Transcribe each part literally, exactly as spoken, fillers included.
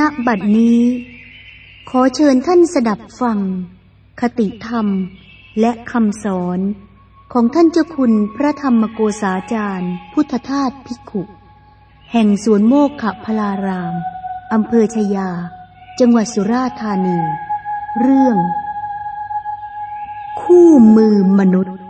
ณบัดนี้ขอเชิญท่านสดับฟังคติธรรมและคำสอนของท่านเจ้าคุณพระธรรมโกษาจารย์พุทธทาสภิกขุแห่งสวนโมกขพลารามอำเภอชยาจังหวัดสุราษฎร์ธานีเรื่องคู่มือมนุษย์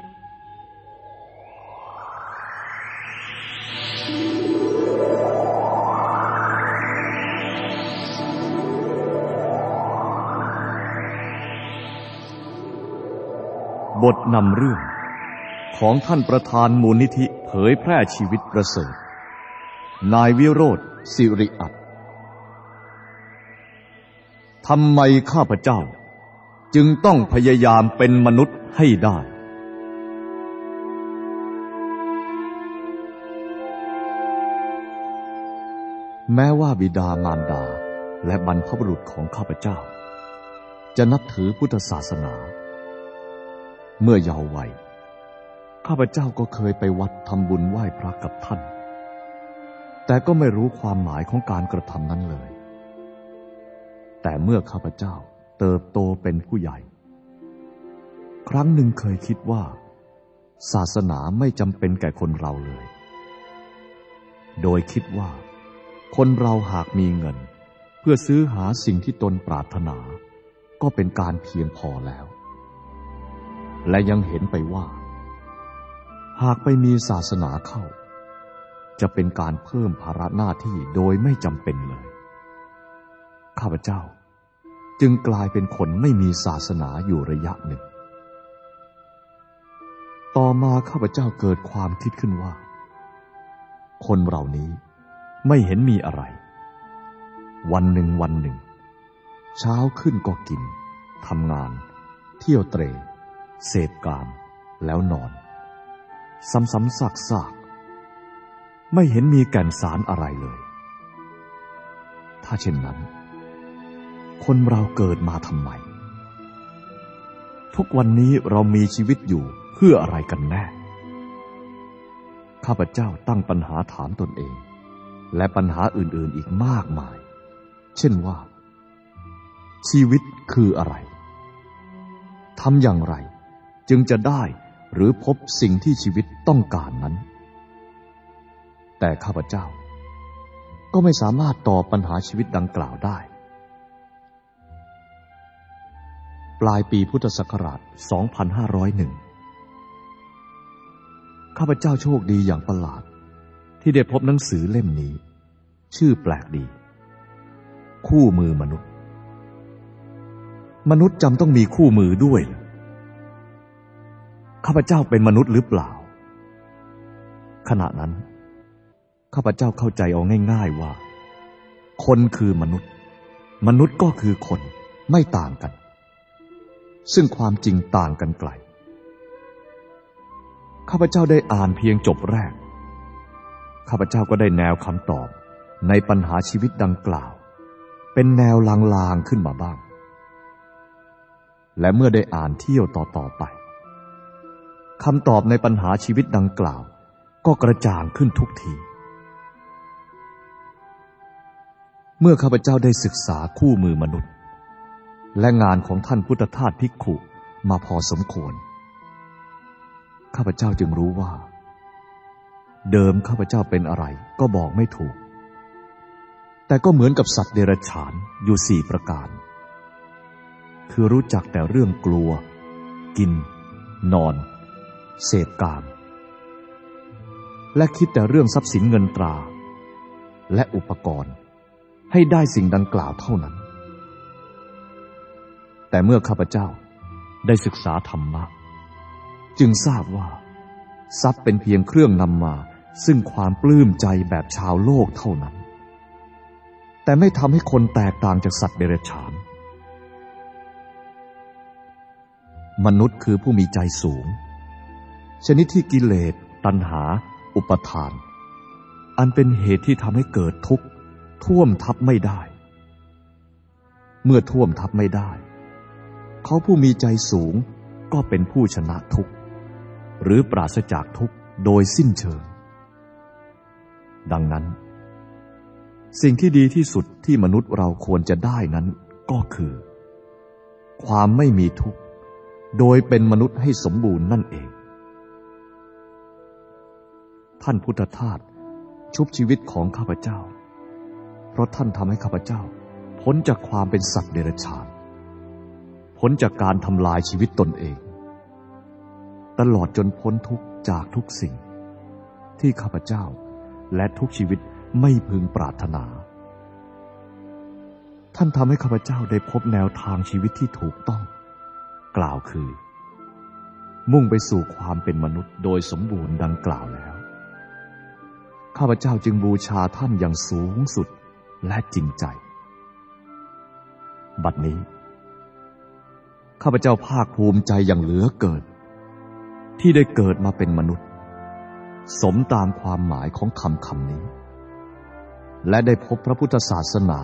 บทนำเรื่องของท่านประธานมูลนิธิเผยแพร่ชีวิตประเสริฐนายวิโรจน์สิริอัตถ์ทำไมข้าพเจ้าจึงต้องพยายามเป็นมนุษย์ให้ได้แม้ว่าบิดามารดาและบรรพบุรุษของข้าพเจ้าจะนับถือพุทธศาสนาเมื่อเยาว์วัยข้าพเจ้าก็เคยไปวัดทำบุญไหว้พระกับท่านแต่ก็ไม่รู้ความหมายของการกระทำนั้นเลยแต่เมื่อข้าพเจ้าเติบโตเป็นผู้ใหญ่ครั้งหนึ่งเคยคิดว่าศาสนาไม่จำเป็นแก่คนเราเลยโดยคิดว่าคนเราหากมีเงินเพื่อซื้อหาสิ่งที่ตนปรารถนาก็เป็นการเพียงพอแล้วและยังเห็นไปว่าหากไปมีศาสนาเข้าจะเป็นการเพิ่มภาระหน้าที่โดยไม่จำเป็นเลยข้าพเจ้าจึงกลายเป็นคนไม่มีศาสนาอยู่ระยะหนึ่งต่อมาข้าพเจ้าเกิดความคิดขึ้นว่าคนเหล่านี้ไม่เห็นมีอะไรวันหนึ่งวันหนึ่งเช้าขึ้นก็กินทำงานเที่ยวเตร่เสพกามแล้วนอนซ้ำๆซากๆไม่เห็นมีแก่นสารอะไรเลยถ้าเช่นนั้นคนเราเกิดมาทำไมทุกวันนี้เรามีชีวิตอยู่เพื่ออะไรกันแน่ข้าพเจ้าตั้งปัญหาถามตนเองและปัญหาอื่นๆอีกมากมายเช่นว่าชีวิตคืออะไรทำอย่างไรจึงจะได้หรือพบสิ่งที่ชีวิตต้องการนั้นแต่ข้าพเจ้าก็ไม่สามารถตอบปัญหาชีวิตดังกล่าวได้ปลายปีพุทธศักราช สองพันห้าร้อยเอ็ด ข้าพเจ้าโชคดีอย่างประหลาดที่ได้พบหนังสือเล่มนี้ชื่อแปลกดีคู่มือมนุษย์มนุษย์จำต้องมีคู่มือด้วยข้าพเจ้าเป็นมนุษย์หรือเปล่าขณะนั้นข้าพเจ้าเข้าใจเอาง่ายๆว่าคนคือมนุษย์มนุษย์ก็คือคนไม่ต่างกันซึ่งความจริงต่างกันไกลข้าพเจ้าได้อ่านเพียงจบแรกข้าพเจ้าก็ได้แนวคำตอบในปัญหาชีวิตดังกล่าวเป็นแนวลางๆขึ้นมาบ้างและเมื่อได้อ่านเที่ยวต่อๆไปคำตอบในปัญหาชีวิตดังกล่าวก็กระจ่างขึ้นทุกทีเมื่อข้าพเจ้าได้ศึกษาคู่มือมนุษย์และงานของท่านพุทธทาสภิกขุมาพอสมควรข้าพเจ้าจึงรู้ว่าเดิมข้าพเจ้าเป็นอะไรก็บอกไม่ถูกแต่ก็เหมือนกับสัตว์เดรัจฉานอยู่สี่ประการคือรู้จักแต่เรื่องกลัวกินนอนเสพกามและคิดแต่เรื่องทรัพย์สินเงินตราและอุปกรณ์ให้ได้สิ่งดังกล่าวเท่านั้นแต่เมื่อข้าพเจ้าได้ศึกษาธรรมะจึงทราบว่าทรัพย์เป็นเพียงเครื่องนำมาซึ่งความปลื้มใจแบบชาวโลกเท่านั้นแต่ไม่ทำให้คนแตกต่างจากสัตว์เดรัจฉานมนุษย์คือผู้มีใจสูงชนิดที่กิเลสตัณหาอุปทานอันเป็นเหตุที่ทำให้เกิดทุกข์ท่วมทับไม่ได้เมื่อท่วมทับไม่ได้เขาผู้มีใจสูงก็เป็นผู้ชนะทุกข์หรือปราศจากทุกข์โดยสิ้นเชิงดังนั้นสิ่งที่ดีที่สุดที่มนุษย์เราควรจะได้นั้นก็คือความไม่มีทุกข์โดยเป็นมนุษย์ให้สมบูรณ์นั่นเองท่านพุทธทาสชุบชีวิตของข้าพเจ้าเพราะท่านทำให้ข้าพเจ้าพ้นจากความเป็นสัตว์เดรัจฉานพ้นจากการทำลายชีวิตตนเองตลอดจนพ้นทุกข์จากทุกสิ่งที่ข้าพเจ้าและทุกชีวิตไม่พึงปรารถนาท่านทำให้ข้าพเจ้าได้พบแนวทางชีวิตที่ถูกต้องกล่าวคือมุ่งไปสู่ความเป็นมนุษย์โดยสมบูรณ์ดังกล่าวแล้วข้าพเจ้าจึงบูชาท่านอย่างสูงสุดและจริงใจบัดนี้ข้าพเจ้าภาคภูมิใจอย่างเหลือเกินที่ได้เกิดมาเป็นมนุษย์สมตามความหมายของคำคำนี้และได้พบพระพุทธศาสนา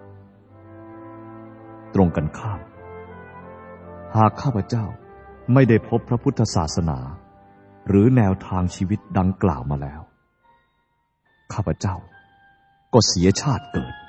ตรงกันข้ามหากข้าพเจ้าไม่ได้พบพระพุทธศาสนาหรือแนวทางชีวิตดังกล่าวมาแล้วข้าพเจ้าก็เสียชาติเกิด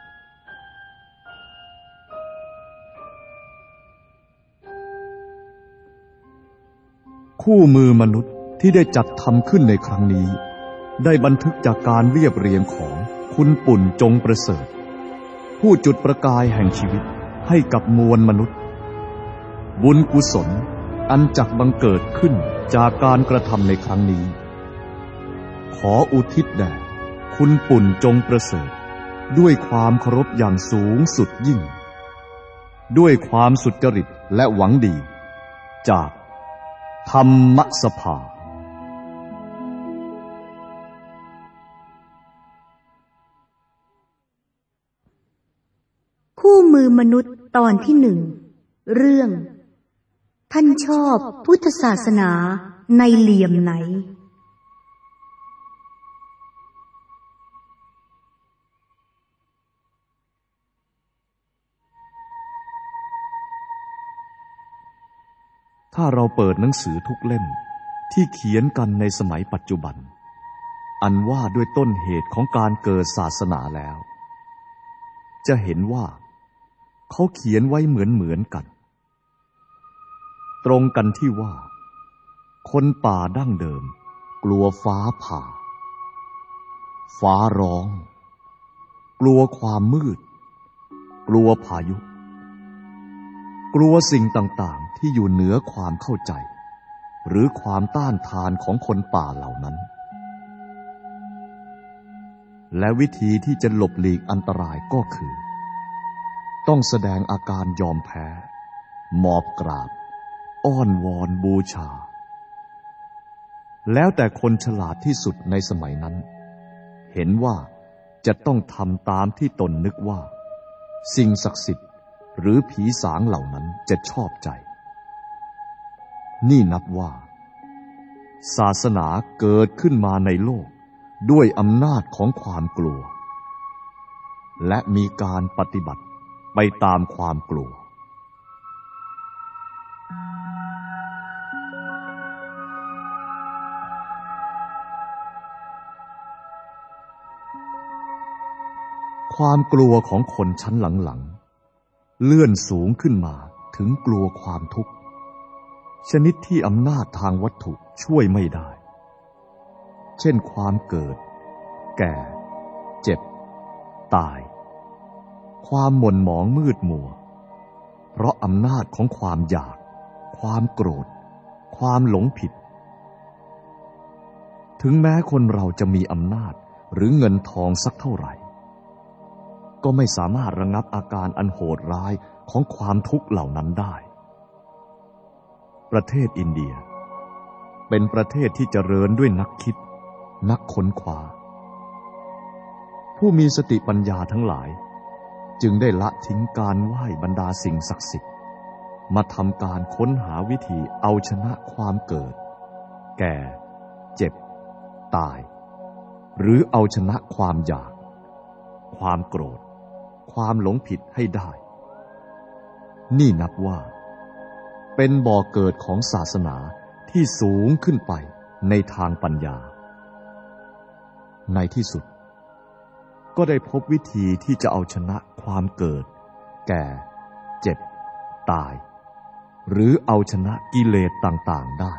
คู่มือมนุษย์ที่ได้จัดทำขึ้นในครั้งนี้ได้บันทึกจากการเรียบเรียงของคุณปุ่นจงประเสริฐผู้จุดประกายแห่งชีวิตให้กับมวลมนุษย์บุญกุศลอันจักบังเกิดขึ้นจากการกระทำในครั้งนี้ขออุทิศแด่คุณปุ่นจงประเสริฐด้วยความเคารพอย่างสูงสุดยิ่งด้วยความสุจริตและหวังดีจากธรรมสภาคู่มือมนุษย์ตอนที่หนึ่งเรื่องท่านชอบพุทธศาสนาในเหลี่ยมไหนถ้าเราเปิดหนังสือทุกเล่มที่เขียนกันในสมัยปัจจุบันอันว่าด้วยต้นเหตุของการเกิดศาสนาแล้วจะเห็นว่าเขาเขียนไว้เหมือนเหมือนกันตรงกันที่ว่าคนป่าดั้งเดิมกลัวฟ้าผ่าฟ้าร้องกลัวความมืดกลัวพายุกลัวสิ่งต่างๆที่อยู่เหนือความเข้าใจหรือความต้านทานของคนป่าเหล่านั้นและวิธีที่จะหลบหลีกอันตรายก็คือต้องแสดงอาการยอมแพ้หมอบกราบอ้อนวอนบูชาแล้วแต่คนฉลาดที่สุดในสมัยนั้นเห็นว่าจะต้องทำตามที่ตนนึกว่าสิ่งศักดิ์สิทธิ์หรือผีสางเหล่านั้นจะชอบใจนี่นับว่าศาสนาเกิดขึ้นมาในโลกด้วยอำนาจของความกลัวและมีการปฏิบัติไปตามความกลัวความกลัวของคนชั้นหลังๆเลื่อนสูงขึ้นมาถึงกลัวความทุกข์ชนิดที่อำนาจทางวัตถุช่วยไม่ได้เช่นความเกิดแก่เจ็บตายความหม่นหมองมืดมัวเพราะอำนาจของความอยากความโกรธความหลงผิดถึงแม้คนเราจะมีอำนาจหรือเงินทองสักเท่าไหร่ก็ไม่สามารถระงับอาการอันโหดร้ายของความทุกข์เหล่านั้นได้ประเทศอินเดียเป็นประเทศที่เจริญด้วยนักคิดนักค้นคว้าผู้มีสติปัญญาทั้งหลายจึงได้ละทิ้งการไหว้บรรดาสิ่งศักดิ์สิทธิ์มาทำการค้นหาวิธีเอาชนะความเกิดแก่เจ็บตายหรือเอาชนะความอยากความโกรธความหลงผิดให้ได้นี่นับว่าเป็นบ่อเกิดของศาสนาที่สูงขึ้นไปในทางปัญญาในที่สุดก็ได้พบวิธีที่จะเอาชนะความเกิดแก่เจ็บตายหรือเอาชนะกิเลสต่างๆได้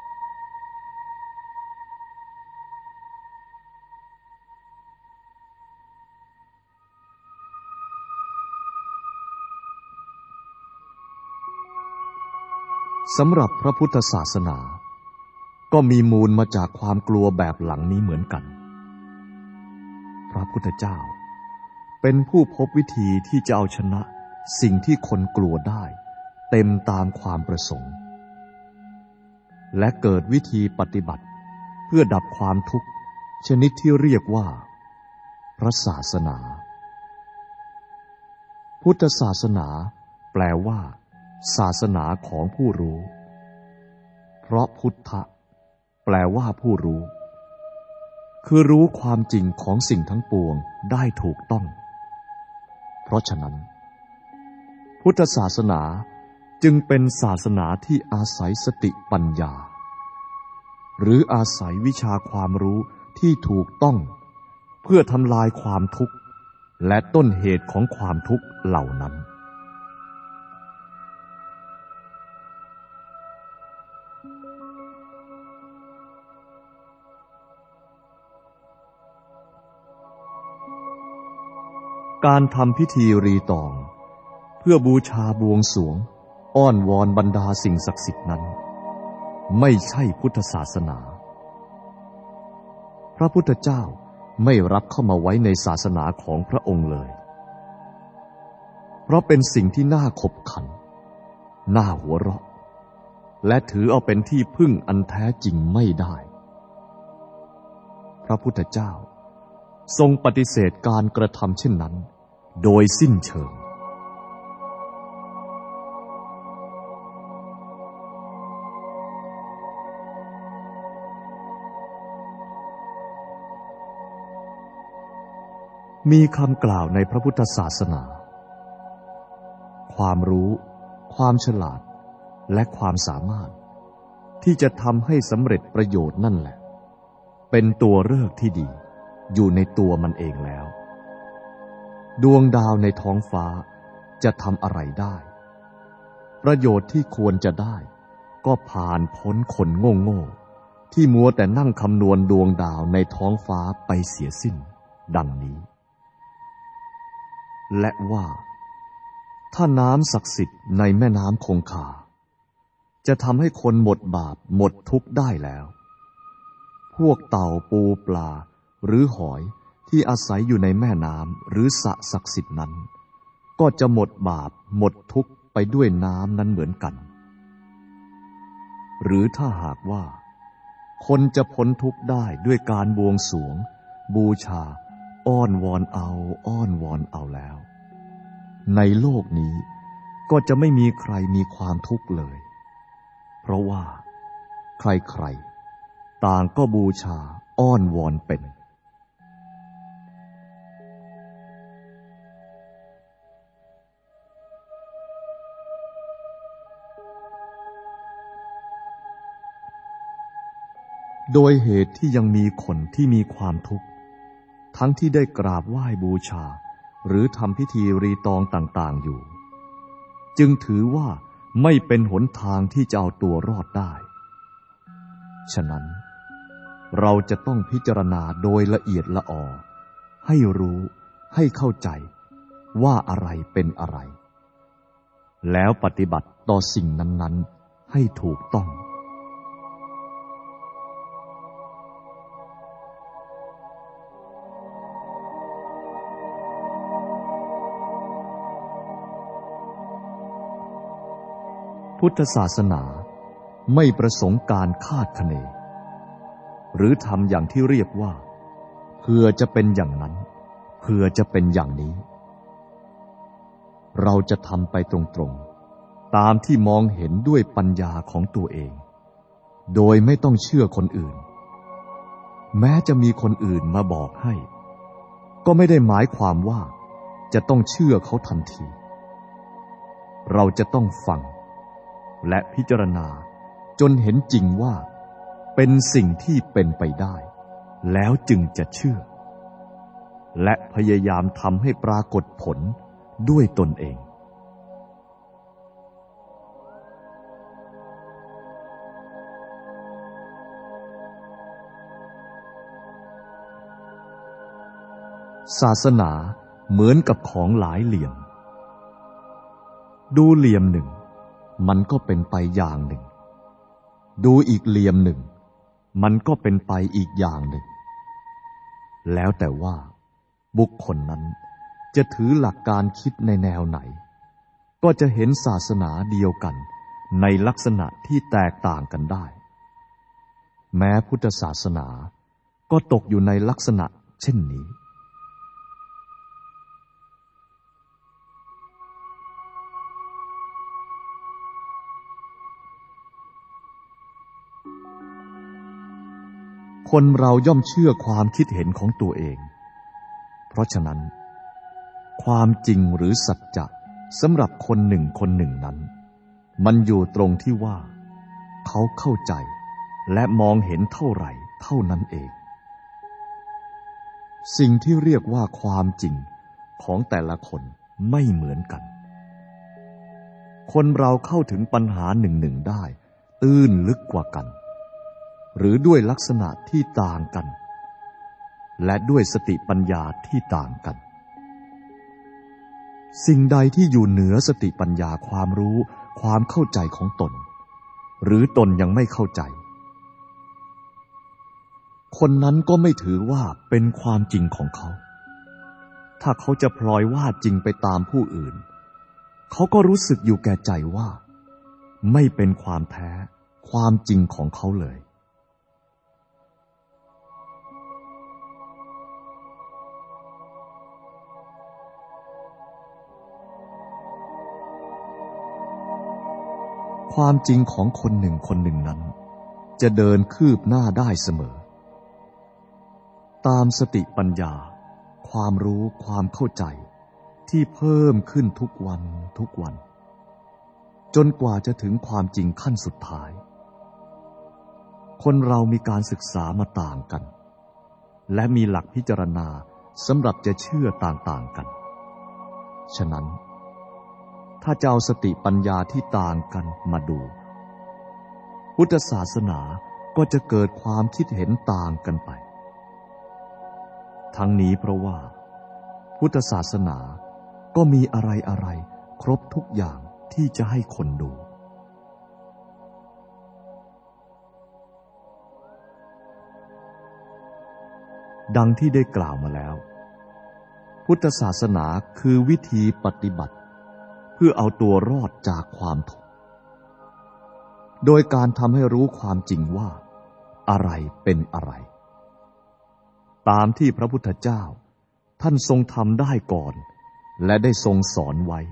สำหรับพระพุทธศาสนาก็มีมูลมาจากความกลัวแบบหลังนี้เหมือนกันพระพุทธเจ้าเป็นผู้พบวิธีที่จะเอาชนะสิ่งที่คนกลัวได้เต็มตามความประสงค์และเกิดวิธีปฏิบัติเพื่อดับความทุกข์ชนิดที่เรียกว่าพระศาสนาพุทธศาสนาแปลว่าศาสนาของผู้รู้เพราะพุทธะแปลว่าผู้รู้คือรู้ความจริงของสิ่งทั้งปวงได้ถูกต้องเพราะฉะนั้นพุทธศาสนาจึงเป็นศาสนาที่อาศัยสติปัญญาหรืออาศัยวิชาความรู้ที่ถูกต้องเพื่อทำลายความทุกข์และต้นเหตุของความทุกข์เหล่านั้นการทำพิธีรีตองเพื่อบูชาบวงสรวงอ้อนวอนบรรดาสิ่งศักดิ์สิทธิ์นั้นไม่ใช่พุทธศาสนาพระพุทธเจ้าไม่รับเข้ามาไว้ในศาสนาของพระองค์เลยเพราะเป็นสิ่งที่น่าขบขันน่าหัวเราะและถือเอาเป็นที่พึ่งอันแท้จริงไม่ได้พระพุทธเจ้าทรงปฏิเสธการกระทำเช่นนั้นโดยสิ้นเชิงมีคำกล่าวในพระพุทธศาสนาความรู้ความฉลาดและความสามารถที่จะทำให้สำเร็จประโยชน์นั่นแหละเป็นตัวฤกษ์ที่ดีอยู่ในตัวมันเองแล้วดวงดาวในท้องฟ้าจะทำอะไรได้ประโยชน์ที่ควรจะได้ก็ผ่านพ้นคนโง่ๆที่มัวแต่นั่งคำนวณดวงดาวในท้องฟ้าไปเสียสิ้นดังนี้และว่าถ้าน้ำศักดิ์สิทธิ์ในแม่น้ำคงคาจะทำให้คนหมดบาปหมดทุกข์ได้แล้วพวกเต่าปูปลาหรือหอยที่อาศัยอยู่ในแม่น้ำหรือสระศักดิ์สิทธิ์นั้นก็จะหมดบาปหมดทุกข์ไปด้วยน้ำนั้นเหมือนกันหรือถ้าหากว่าคนจะพ้นทุกข์ได้ด้วยการบวงสรวงบูชาอ้อนวอนเอาอ้อนวอนเอาแล้วในโลกนี้ก็จะไม่มีใครมีความทุกข์เลยเพราะว่าใครๆต่างก็บูชาอ้อนวอนเป็นโดยเหตุที่ยังมีคนที่มีความทุกข์ทั้งที่ได้กราบไหว้บูชาหรือทำพิธีรีตองต่างๆอยู่จึงถือว่าไม่เป็นหนทางที่จะเอาตัวรอดได้ฉะนั้นเราจะต้องพิจารณาโดยละเอียดละออให้รู้ให้เข้าใจว่าอะไรเป็นอะไรแล้วปฏิบัติต่อสิ่งนั้นๆให้ถูกต้องพุทธศาสนาไม่ประสงค์การคาดคะเนหรือทำอย่างที่เรียกว่าเพื่อจะเป็นอย่างนั้นเพื่อจะเป็นอย่างนี้เราจะทำไปตรงๆตามที่มองเห็นด้วยปัญญาของตัวเองโดยไม่ต้องเชื่อคนอื่นแม้จะมีคนอื่นมาบอกให้ก็ไม่ได้หมายความว่าจะต้องเชื่อเขาทันทีเราจะต้องฟังและพิจารณาจนเห็นจริงว่าเป็นสิ่งที่เป็นไปได้แล้วจึงจะเชื่อและพยายามทำให้ปรากฏผลด้วยตนเองศาสนาเหมือนกับของหลายเหลี่ยมดูเหลี่ยมหนึ่งมันก็เป็นไปอย่างหนึ่งดูอีกเหลี่ยมหนึ่งมันก็เป็นไปอีกอย่างหนึ่งแล้วแต่ว่าบุคคลนั้นจะถือหลักการคิดในแนวไหนก็จะเห็นศาสนาเดียวกันในลักษณะที่แตกต่างกันได้แม้พุทธศาสนาก็ตกอยู่ในลักษณะเช่นนี้คนเราย่อมเชื่อความคิดเห็นของตัวเองเพราะฉะนั้นความจริงหรือสัจจะสำหรับคนหนึ่งคนหนึ่งนั้นมันอยู่ตรงที่ว่าเขาเข้าใจและมองเห็นเท่าไหร่เท่านั้นเองสิ่งที่เรียกว่าความจริงของแต่ละคนไม่เหมือนกันคนเราเข้าถึงปัญหาหนึ่งหนึ่งได้ตื้นลึกกว่ากันหรือด้วยลักษณะที่ต่างกันและด้วยสติปัญญาที่ต่างกันสิ่งใดที่อยู่เหนือสติปัญญาความรู้ความเข้าใจของตนหรือตนยังไม่เข้าใจคนนั้นก็ไม่ถือว่าเป็นความจริงของเขาถ้าเขาจะพลอยว่าจริงไปตามผู้อื่นเขาก็รู้สึกอยู่แก่ใจว่าไม่เป็นความแท้ความจริงของเขาเลยความจริงของคนหนึ่งคนหนึ่งนั้นจะเดินคืบหน้าได้เสมอตามสติปัญญาความรู้ความเข้าใจที่เพิ่มขึ้นทุกวันทุกวันจนกว่าจะถึงความจริงขั้นสุดท้ายคนเรามีการศึกษามาต่างกันและมีหลักพิจารณาสำหรับจะเชื่อต่างๆกันฉะนั้นถ้าจะเอาสติปัญญาที่ต่างกันมาดูพุทธศาสนาก็จะเกิดความคิดเห็นต่างกันไปทั้งนี้เพราะว่าพุทธศาสนาก็มีอะไรๆครบทุกอย่างที่จะให้คนดูดังที่ได้กล่าวมาแล้วพุทธศาสนาคือวิธีปฏิบัติเพื่อเอาตัวรอดจากความทุกข์โดยการทำให้รู้ความจริงว่าอะไรเป็นอะไรตามที่พระพุทธเจ้าท่านทรงทำได้ก่อนและได้ทรงสอนไว้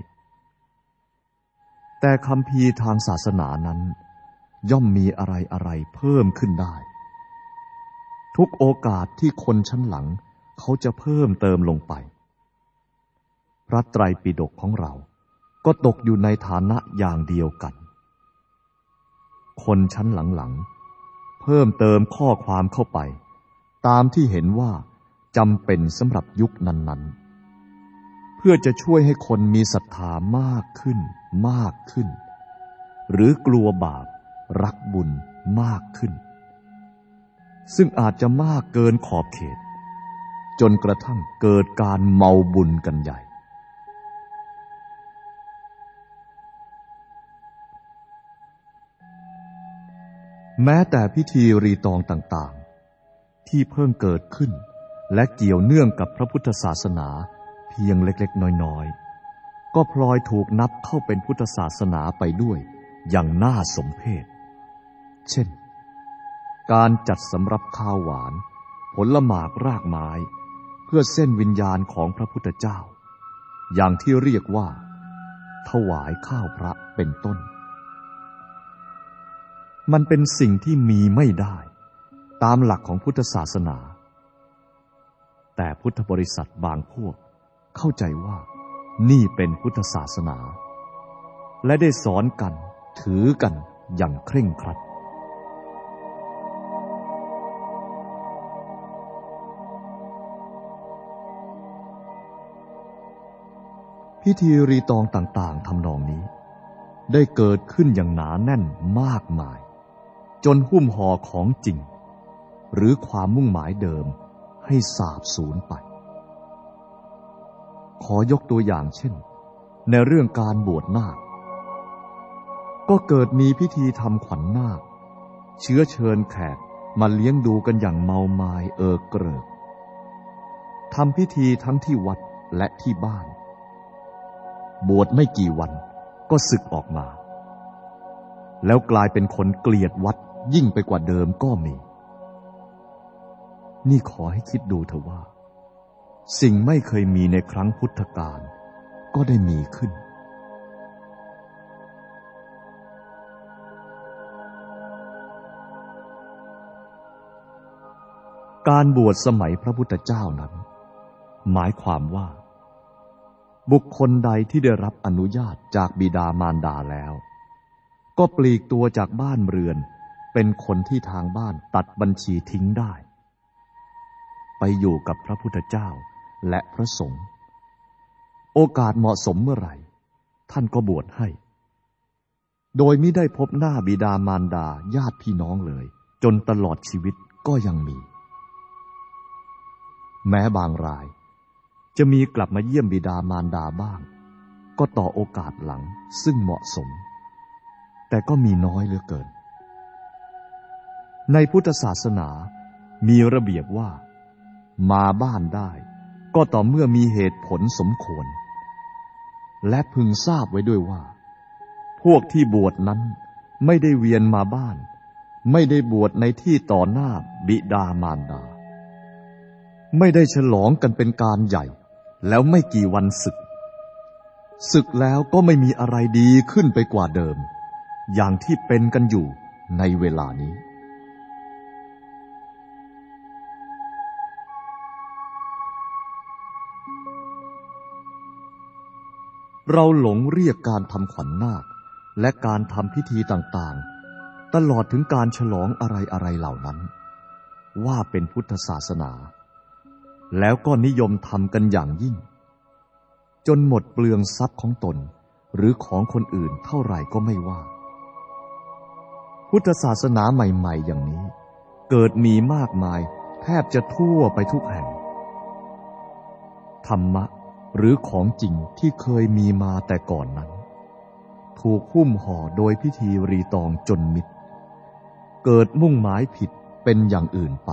แต่คัมภีร์ทางศาสนานั้นย่อมมีอะไรอะไรเพิ่มขึ้นได้ทุกโอกาสที่คนชั้นหลังเขาจะเพิ่มเติมลงไปพระไตรปิฎกของเราก็ตกอยู่ในฐานะอย่างเดียวกันคนชั้นหลังๆเพิ่มเติมข้อความเข้าไปตามที่เห็นว่าจำเป็นสำหรับยุคนั้นๆเพื่อจะช่วยให้คนมีศรัทธามากขึ้นมากขึ้นหรือกลัวบาปรักบุญมากขึ้นซึ่งอาจจะมากเกินขอบเขตจนกระทั่งเกิดการเมาบุญกันใหญ่แม้แต่พิธีรีตองต่างๆที่เพิ่งเกิดขึ้นและเกี่ยวเนื่องกับพระพุทธศาสนาเพียงเล็กๆน้อยๆก็พลอยถูกนับเข้าเป็นพุทธศาสนาไปด้วยอย่างน่าสมเพชเช่นการจัดสำรับข้าวหวานผลหมากรากไม้เพื่อเส้นวิญญาณของพระพุทธเจ้าอย่างที่เรียกว่าถวายข้าวพระเป็นต้นมันเป็นสิ่งที่มีไม่ได้ตามหลักของพุทธศาสนาแต่พุทธบริษัทบางพวกเข้าใจว่านี่เป็นพุทธศาสนาและได้สอนกันถือกันอย่างเคร่งครัดพิธีรีตองต่างๆทำนองนี้ได้เกิดขึ้นอย่างหนาแน่นมากมายจนหุ้มห่อของจริงหรือความมุ่งหมายเดิมให้สาบสูญไปขอยกตัวอย่างเช่นในเรื่องการบวชนาคก็เกิดมีพิธีทำขวัญนาคเชื้อเชิญแขกมาเลี้ยงดูกันอย่างเมามายเอิกเกริกทำพิธีทั้งที่วัดและที่บ้านบวชไม่กี่วันก็สึกออกมาแล้วกลายเป็นคนเกลียดวัดยิ่งไปกว่าเดิมก็มีนี่ขอให้คิดดูเถอะว่าสิ่งไม่เคยมีในครั้งพุทธกาลก็ได้มีขึ้นการบวชสมัยพระพุทธเจ้านั้นหมายความว่าบุคคลใดที่ได้รับอนุญาตจากบิดามารดาแล้วก็ปลีกตัวจากบ้านเรือนเป็นคนที่ทางบ้านตัดบัญชีทิ้งได้ไปอยู่กับพระพุทธเจ้าและพระสงฆ์โอกาสเหมาะสมเมื่อไหร่ท่านก็บวชให้โดยมิได้พบหน้าบิดามารดาญาติพี่น้องเลยจนตลอดชีวิตก็ยังมีแม้บางรายจะมีกลับมาเยี่ยมบิดามารดาบ้างก็ต่อโอกาสหลังซึ่งเหมาะสมแต่ก็มีน้อยเหลือเกินในพุทธศาสนามีระเบียบว่ามาบ้านได้ก็ต่อเมื่อมีเหตุผลสมควรและพึงทราบไว้ด้วยว่าพวกที่บวชนั้นไม่ได้เวียนมาบ้านไม่ได้บวชในที่ต่อหน้าบิดามารดาไม่ได้ฉลองกันเป็นการใหญ่แล้วไม่กี่วันศึกศึกแล้วก็ไม่มีอะไรดีขึ้นไปกว่าเดิมอย่างที่เป็นกันอยู่ในเวลานี้เราหลงเรียกการทำขวัญนาคและการทำพิธีต่างๆตลอดถึงการฉลองอะไรๆเหล่านั้นว่าเป็นพุทธศาสนาแล้วก็นิยมทำกันอย่างยิ่งจนหมดเปลืองทรัพย์ของตนหรือของคนอื่นเท่าไหร่ก็ไม่ว่าพุทธศาสนาใหม่ๆอย่างนี้เกิดมีมากมายแทบจะทั่วไปทุกแห่งธรรมะหรือของจริงที่เคยมีมาแต่ก่อนนั้นถูกหุ้มห่อโดยพิธีรีตองจนมิดเกิดมุ่งหมายผิดเป็นอย่างอื่นไป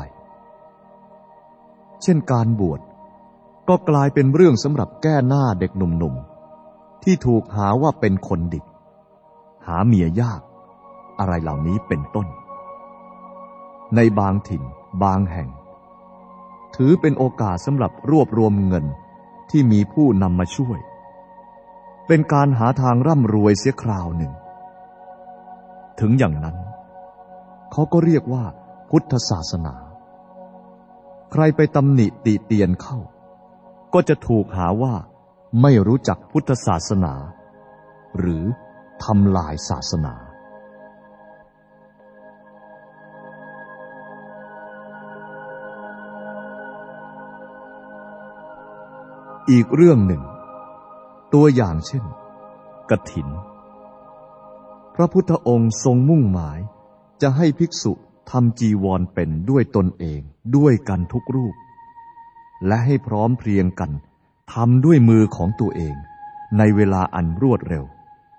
เช่นการบวชก็กลายเป็นเรื่องสำหรับแก้หน้าเด็กหนุ่มๆที่ถูกหาว่าเป็นคนดิบหาเมียยากอะไรเหล่านี้เป็นต้นในบางถิ่นบางแห่งถือเป็นโอกาสสำหรับรวบรวมเงินที่มีผู้นำมาช่วยเป็นการหาทางร่ำรวยเสียคราวหนึ่งถึงอย่างนั้นเขาก็เรียกว่าพุทธศาสนาใครไปตำหนิติเตียนเข้าก็จะถูกหาว่าไม่รู้จักพุทธศาสนาหรือทำลายศาสนาอีกเรื่องหนึ่งตัวอย่างเช่นกฐินพระพุทธองค์ทรงมุ่งหมายจะให้ภิกษุทำจีวรเป็นด้วยตนเองด้วยกันทุกรูปและให้พร้อมเพรียงกันทำด้วยมือของตัวเองในเวลาอันรวดเร็ว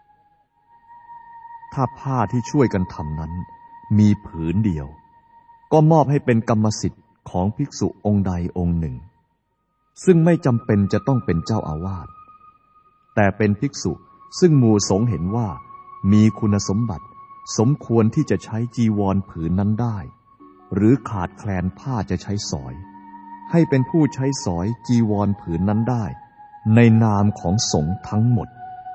ถ้าผ้าที่ช่วยกันทำนั้นมีผืนเดียวก็มอบให้เป็นกรรมสิทธิ์ของภิกษุองค์ใดองค์หนึ่งซึ่งไม่จำเป็นจะต้องเป็นเจ้าอาวาสแต่เป็นภิกษุซึ่งหมู่สงฆ์เห็นว่ามีคุณสมบัติสมควรที่จะใช้จีวรผืนนั้นได้หรือขาดแคลนผ้าจะใช้สอยให้เป็นผู้ใช้สอยจีวรผืนนั้นได้ในนามของสงฆ์ทั้งหมด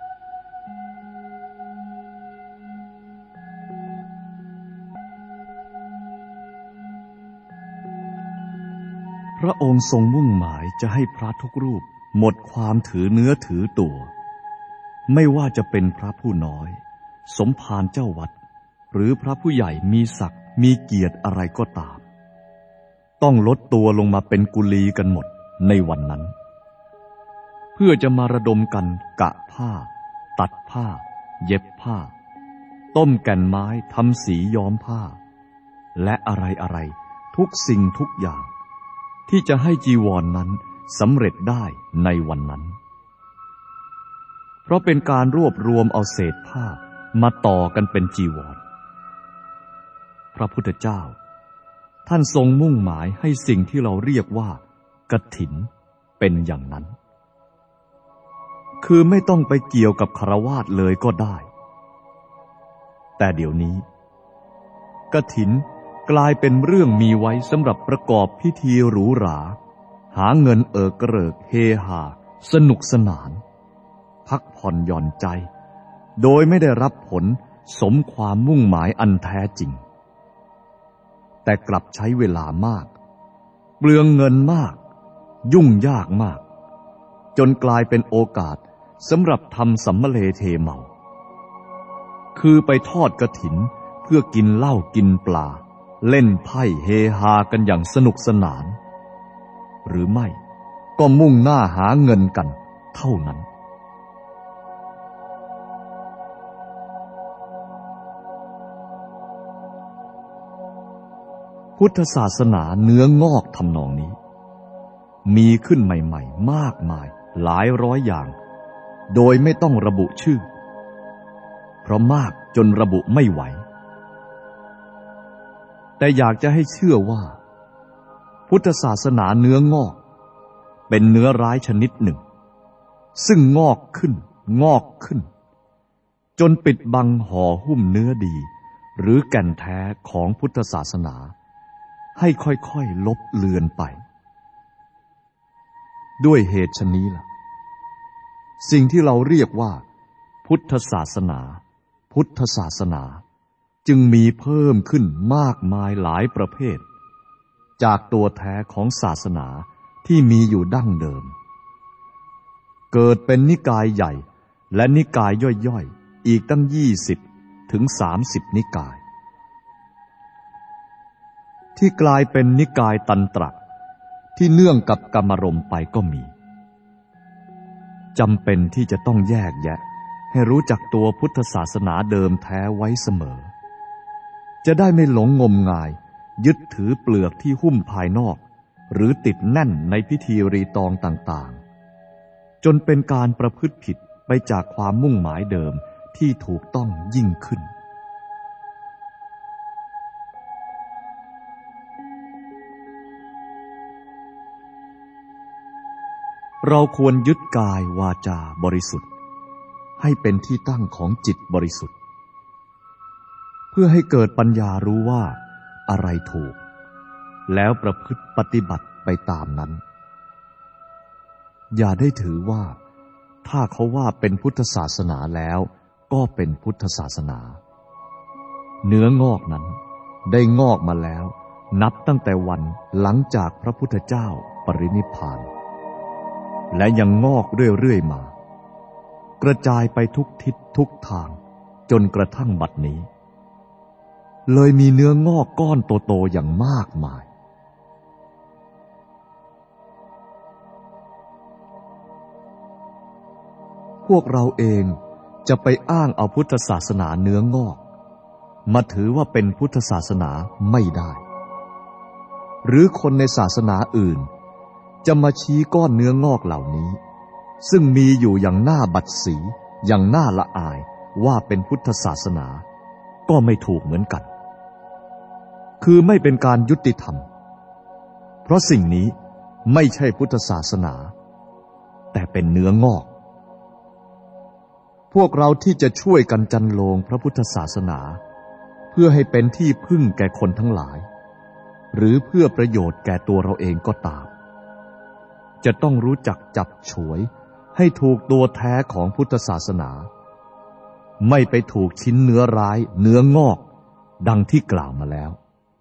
พระองค์ทรงมุ่งหมายจะให้พระทุกรูปหมดความถือเนื้อถือตัวไม่ว่าจะเป็นพระผู้น้อยสมภารเจ้าวัดหรือพระผู้ใหญ่มีศักดิ์มีเกียรติอะไรก็ตามต้องลดตัวลงมาเป็นกุลีกันหมดในวันนั้นเพื่อจะมาระดมกันกะผ้าตัดผ้าเย็บผ้าต้มแก่นไม้ทำสีย้อมผ้าและอะไรอะไรทุกสิ่งทุกอย่างที่จะให้จีวร น, นั้นสำเร็จได้ในวันนั้นเพราะเป็นการรวบรวมเอาเศษผ้ามาต่อกันเป็นจีวรพระพุทธเจ้าท่านทรงมุ่งหมายให้สิ่งที่เราเรียกว่ากฐินเป็นอย่างนั้นคือไม่ต้องไปเกี่ยวกับฆราวาสเลยก็ได้แต่เดี๋ยวนี้กฐินกลายเป็นเรื่องมีไว้สำหรับประกอบพิธีหรูหราหาเงินเอิกเกริกเฮฮาสนุกสนานพักผ่อนหย่อนใจโดยไม่ได้รับผลสมความมุ่งหมายอันแท้จริงแต่กลับใช้เวลามากเปลืองเงินมากยุ่งยากมากจนกลายเป็นโอกาสสำหรับทำสัมมเลเทเมาคือไปทอดกฐินเพื่อกินเหล้ากินปลาเล่นไพ่เฮฮากันอย่างสนุกสนานหรือไม่ก็มุ่งหน้าหาเงินกันเท่านั้นพุทธศาสนาเนื้องอกทำนองนี้มีขึ้นใหม่ๆมากมายหลายร้อยอย่างโดยไม่ต้องระบุชื่อเพราะมากจนระบุไม่ไหวแต่อยากจะให้เชื่อว่าพุทธศาสนาเนื้องอกเป็นเนื้อร้ายชนิดหนึ่งซึ่งงอกขึ้นงอกขึ้นจนปิดบังห่อหุ้มเนื้อดีหรือแก่นแท้ของพุทธศาสนาให้ค่อยๆลบเลือนไปด้วยเหตุชนี้ล่ะสิ่งที่เราเรียกว่าพุทธศาสนาพุทธศาสนาจึงมีเพิ่มขึ้นมากมายหลายประเภทจากตัวแท้ของศาสนาที่มีอยู่ดั้งเดิมเกิดเป็นนิกายใหญ่และนิกายย่อยๆอีกตั้งยี่สิบถึงสามสิบนิกายที่กลายเป็นนิกายตันตระที่เนื่องกับกรรมารมณ์ไปก็มีจำเป็นที่จะต้องแยกแยะให้รู้จักตัวพุทธศาสนาเดิมแท้ไว้เสมอจะได้ไม่หลงงมงายยึดถือเปลือกที่หุ้มภายนอกหรือติดแน่นในพิธีรีตองต่างๆจนเป็นการประพฤติผิดไปจากความมุ่งหมายเดิมที่ถูกต้องยิ่งขึ้นเราควรยึดกายวาจาบริสุทธิ์ให้เป็นที่ตั้งของจิตบริสุทธิ์เพื่อให้เกิดปัญญารู้ว่าอะไรถูกแล้วประพฤติปฏิบัติไปตามนั้นอย่าได้ถือว่าถ้าเขาว่าเป็นพุทธศาสนาแล้วก็เป็นพุทธศาสนาเนื้องอกนั้นได้งอกมาแล้วนับตั้งแต่วันหลังจากพระพุทธเจ้าปรินิพพานและยังงอกเรื่อยๆมากระจายไปทุกทิศทุกทางจนกระทั่งบัดนี้เลยมีเนื้องอกก้อนโตๆอย่างมากมายพวกเราเองจะไปอ้างเอาพุทธศาสนาเนื้องอกมาถือว่าเป็นพุทธศาสนาไม่ได้หรือคนในศาสนาอื่นจะมาชี้ก้อนเนื้องอกเหล่านี้ซึ่งมีอยู่อย่างน่าบัดสีอย่างน่าละอายว่าเป็นพุทธศาสนาก็ไม่ถูกเหมือนกันคือไม่เป็นการยุติธรรมเพราะสิ่งนี้ไม่ใช่พุทธศาสนาแต่เป็นเนื้องอกพวกเราที่จะช่วยกันจันโลงพระพุทธศาสนาเพื่อให้เป็นที่พึ่งแก่คนทั้งหลายหรือเพื่อประโยชน์แก่ตัวเราเองก็ตามจะต้องรู้จักจับฉวยให้ถูกตัวแท้ของพุทธศาสนาไม่ไปถูกชิ้นเนื้อร้ายเนื้องอกดังที่กล่าวมาแล้ว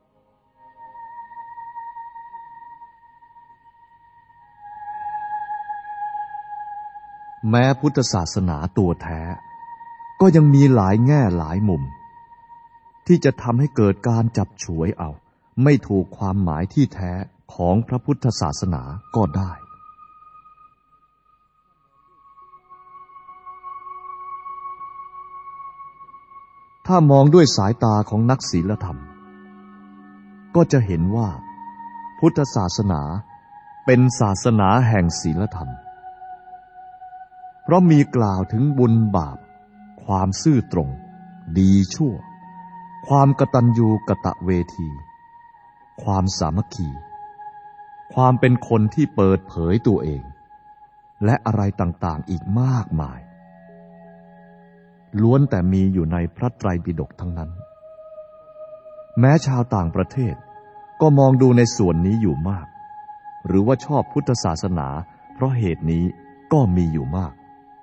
แม้พุทธศาสนาตัวแท้ก็ยังมีหลายแง่หลายมุมที่จะทำให้เกิดการจับฉวยเอาไม่ถูกความหมายที่แท้ของพระพุทธศาสนาก็ได้ถ้ามองด้วยสายตาของนักศีลธรรมก็จะเห็นว่าพุทธศาสนาเป็นศาสนาแห่งศีลธรรมเพราะมีกล่าวถึงบุญบาปความซื่อตรงดีชั่วความกตัญญูกตเวทีความสามัคคีความเป็นคนที่เปิดเผยตัวเองและอะไรต่างๆอีกมากมายล้วนแต่มีอยู่ในพระไตรปิฎกทั้งนั้นแม้ชาวต่างประเทศก็มองดูในส่วนนี้อยู่มากหรือว่าชอบพุทธศาสนาเพราะเหตุนี้ก็มีอยู่มาก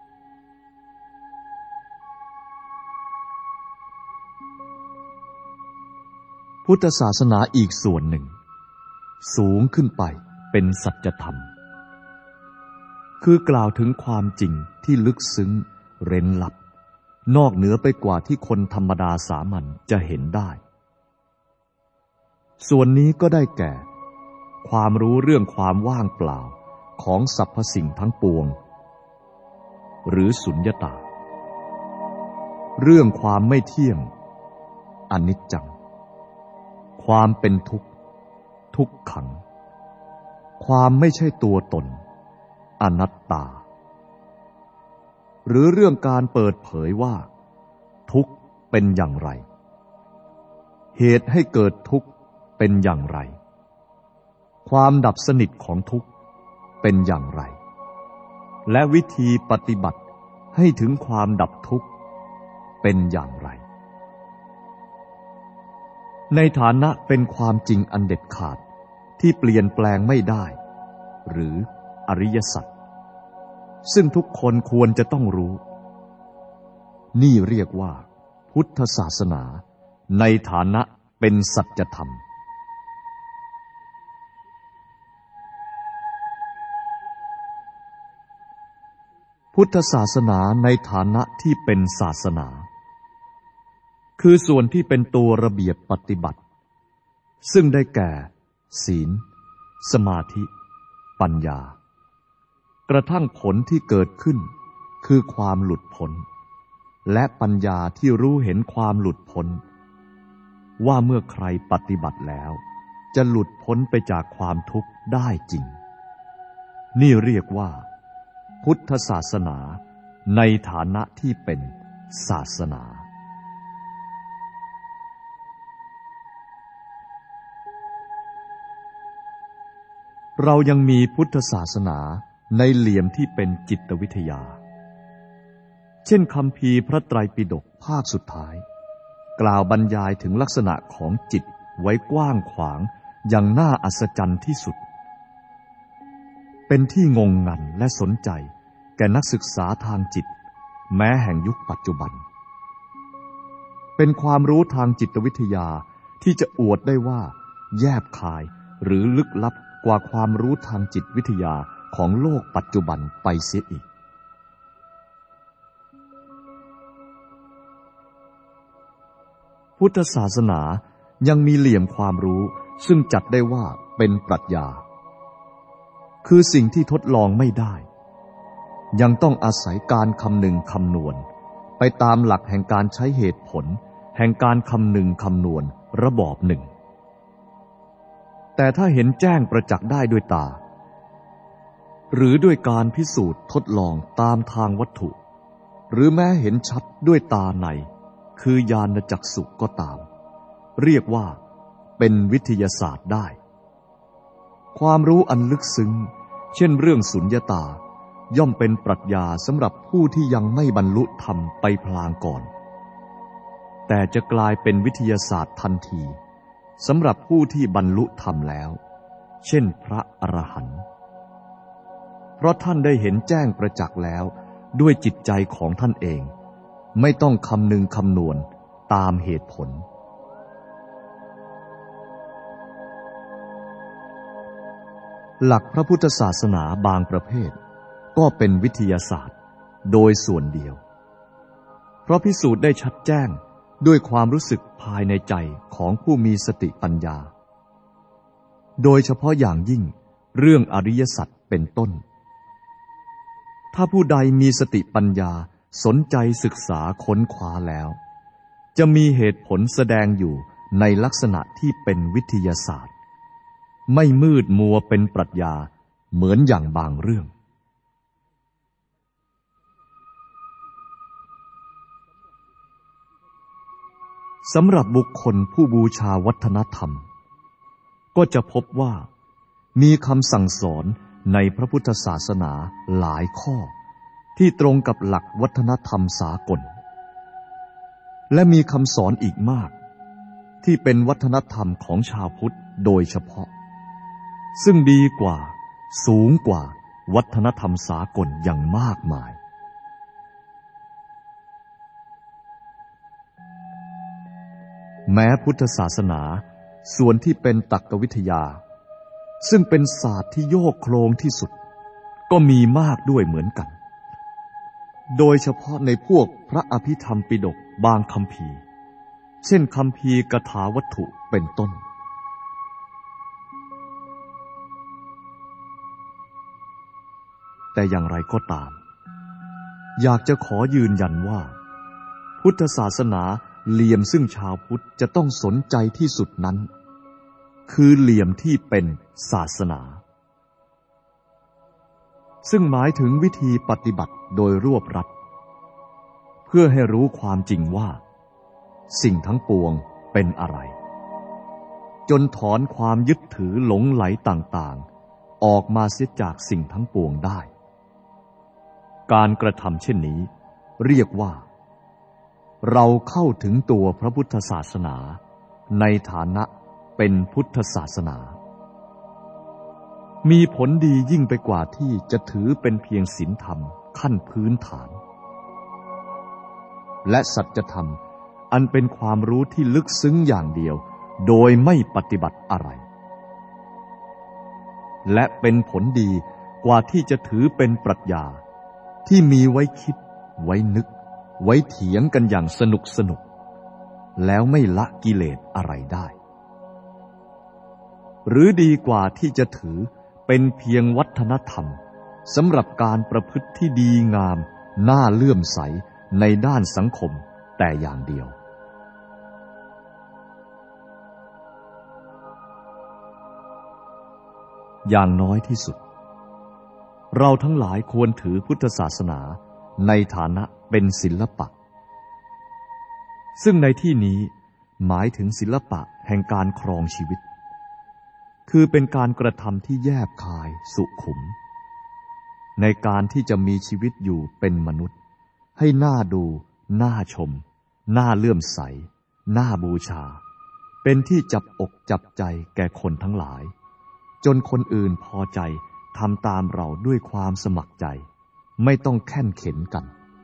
พุทธศาสนาอีกส่วนหนึ่งสูงขึ้นไปเป็นสัจธรรมคือกล่าวถึงความจริงที่ลึกซึ้งเร้นลับนอกเหนือไปกว่าที่คนธรรมดาสามัญจะเห็นได้ส่วนนี้ก็ได้แก่ความรู้เรื่องความว่างเปล่าของสรรพสิ่งทั้งปวงหรือสุญญตาเรื่องความไม่เที่ยงอนิจจังความเป็นทุกข์ทุกขังความไม่ใช่ตัวตนอนัตตาหรือเรื่องการเปิดเผยว่าทุกข์เป็นอย่างไรเหตุให้เกิดทุกข์เป็นอย่างไรความดับสนิทของทุกข์เป็นอย่างไรและวิธีปฏิบัติให้ถึงความดับทุกข์เป็นอย่างไรในฐานะเป็นความจริงอันเด็ดขาดที่เปลี่ยนแปลงไม่ได้หรืออริยสัจซึ่งทุกคนควรจะต้องรู้นี่เรียกว่าพุทธศาสนาในฐานะเป็นสัจธรรมพุทธศาสนาในฐานะที่เป็นศาสนาคือส่วนที่เป็นตัวระเบียบปฏิบัติซึ่งได้แก่ศีลสมาธิปัญญากระทั่งผลที่เกิดขึ้นคือความหลุดพ้นและปัญญาที่รู้เห็นความหลุดพ้นว่าเมื่อใครปฏิบัติแล้วจะหลุดพ้นไปจากความทุกข์ได้จริงนี่เรียกว่าพุทธศาสนาในฐานะที่เป็นศาสนาเรายังมีพุทธศาสนาในเหลี่ยมที่เป็นจิตวิทยาเช่นคัมภีร์พระไตรปิฎกภาคสุดท้ายกล่าวบรรยายถึงลักษณะของจิตไว้กว้างขวางอย่างน่าอัศจรรย์ที่สุดเป็นที่งงงันและสนใจแก่นักศึกษาทางจิตแม้แห่งยุคปัจจุบันเป็นความรู้ทางจิตวิทยาที่จะอวดได้ว่าแยบคายหรือลึกลับกว่าความรู้ทางจิตวิทยาของโลกปัจจุบันไปเสียอีกพุทธศาสนายังมีเหลี่ยมความรู้ซึ่งจัดได้ว่าเป็นปรัชญาคือสิ่งที่ทดลองไม่ได้ยังต้องอาศัยการคำนึงคำนวณไปตามหลักแห่งการใช้เหตุผลแห่งการคำนึงคำนวณระบอบหนึ่งแต่ถ้าเห็นแจ้งประจักษ์ได้ด้วยตาหรือด้วยการพิสูจน์ทดลองตามทางวัตถุหรือแม้เห็นชัดด้วยตาในคือญาณจักษุก็ตามเรียกว่าเป็นวิทยาศาสตร์ได้ความรู้อันลึกซึ้งเช่นเรื่องสุญญตาย่อมเป็นปรัชญาสำหรับผู้ที่ยังไม่บรรลุธรรมไปพลางก่อนแต่จะกลายเป็นวิทยาศาสตร์ทันทีสำหรับผู้ที่บรรลุธรรมแล้วเช่นพระอรหันต์เพราะท่านได้เห็นแจ้งประจักษ์แล้วด้วยจิตใจของท่านเองไม่ต้องคำนึงคำนวณตามเหตุผลหลักพระพุทธศาสนาบางประเภทก็เป็นวิทยาศาสตร์โดยส่วนเดียวเพราะพิสูจน์ได้ชัดแจ้งด้วยความรู้สึกภายในใจของผู้มีสติปัญญาโดยเฉพาะอย่างยิ่งเรื่องอริยสัจเป็นต้นถ้าผู้ใดมีสติปัญญาสนใจศึกษาค้นคว้าแล้วจะมีเหตุผลแสดงอยู่ในลักษณะที่เป็นวิทยาศาสตร์ไม่มืดมัวเป็นปรัชญาเหมือนอย่างบางเรื่องสำหรับบุคคลผู้บูชาวัฒนธรรมก็จะพบว่ามีคำสั่งสอนในพระพุทธศาสนาหลายข้อที่ตรงกับหลักวัฒนธรรมสากลและมีคำสอนอีกมากที่เป็นวัฒนธรรมของชาวพุทธโดยเฉพาะซึ่งดีกว่าสูงกว่าวัฒนธรรมสากลอย่างมากมายแม้พุทธศาสนาส่วนที่เป็นตรรกวิทยาซึ่งเป็นศาสตร์ที่โยกโคลงที่สุดก็มีมากด้วยเหมือนกันโดยเฉพาะในพวกพระอภิธรรมปิฎกบางคัมภีร์เช่นคัมภีร์กถาวัตถุเป็นต้นแต่อย่างไรก็ตามอยากจะขอยืนยันว่าพุทธศาสนาเหลี่ยมซึ่งชาวพุทธจะต้องสนใจที่สุดนั้นคือเหลี่ยมที่เป็นศาสนาซึ่งหมายถึงวิธีปฏิบัติโดยรวบรัดเพื่อให้รู้ความจริงว่าสิ่งทั้งปวงเป็นอะไรจนถอนความยึดถือหลงไหลต่างๆออกมาเสียจากสิ่งทั้งปวงได้การกระทำเช่นนี้เรียกว่าเราเข้าถึงตัวพระพุทธศาสนาในฐานะเป็นพุทธศาสนามีผลดียิ่งไปกว่าที่จะถือเป็นเพียงศีลธรรมขั้นพื้นฐานและสัจธรรมอันเป็นความรู้ที่ลึกซึ้งอย่างเดียวโดยไม่ปฏิบัติอะไรและเป็นผลดีกว่าที่จะถือเป็นปรัชญาที่มีไว้คิดไว้นึกไว้เถียงกันอย่างสนุกสนุกแล้วไม่ละกิเลสอะไรได้หรือดีกว่าที่จะถือเป็นเพียงวัฒนธรรมสำหรับการประพฤติที่ดีงามน่าเลื่อมใสในด้านสังคมแต่อย่างเดียวอย่างน้อยที่สุดเราทั้งหลายควรถือพุทธศาสนาในฐานะเป็นศิลปะซึ่งในที่นี้หมายถึงศิลปะแห่งการครองชีวิตคือเป็นการกระทำที่แยบคายสุขุมในการที่จะมีชีวิตอยู่เป็นมนุษย์ให้น่าดูน่าชมน่าเลื่อมใสน่าบูชาเป็นที่จับอกจับใจแก่คนทั้งหลายจนคนอื่นพอใจทำตามเราด้วยความสมัครใจไม่ต้องแข่นเข็นกัน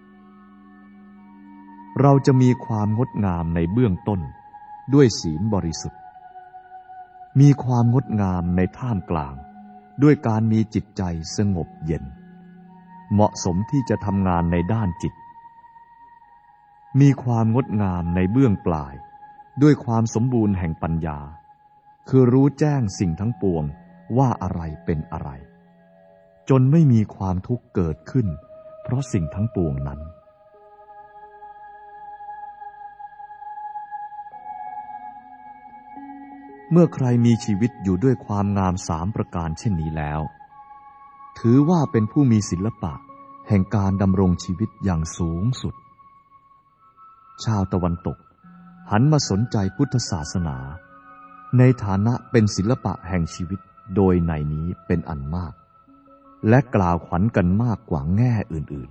เราจะมีความงดงามในเบื้องต้นด้วยศีลบริสุทธิ์มีความงดงามในท่ามกลางด้วยการมีจิตใจสงบเย็นเหมาะสมที่จะทำงานในด้านจิตมีความงดงามในเบื้องปลายด้วยความสมบูรณ์แห่งปัญญาคือรู้แจ้งสิ่งทั้งปวงว่าอะไรเป็นอะไรจนไม่มีความทุกข์เกิดขึ้นเพราะสิ่งทั้งปวงนั้นเมื่อใครมีชีวิตอยู่ด้วยความงามสามประการเช่นนี้แล้วถือว่าเป็นผู้มีศิลปะแห่งการดำรงชีวิตอย่างสูงสุดชาวตะวันตกหันมาสนใจพุทธศาสนาในฐานะเป็นศิลปะแห่งชีวิตโดยในนี้เป็นอันมากและกล่าวขวัญกันมากกว่าแง่อื่น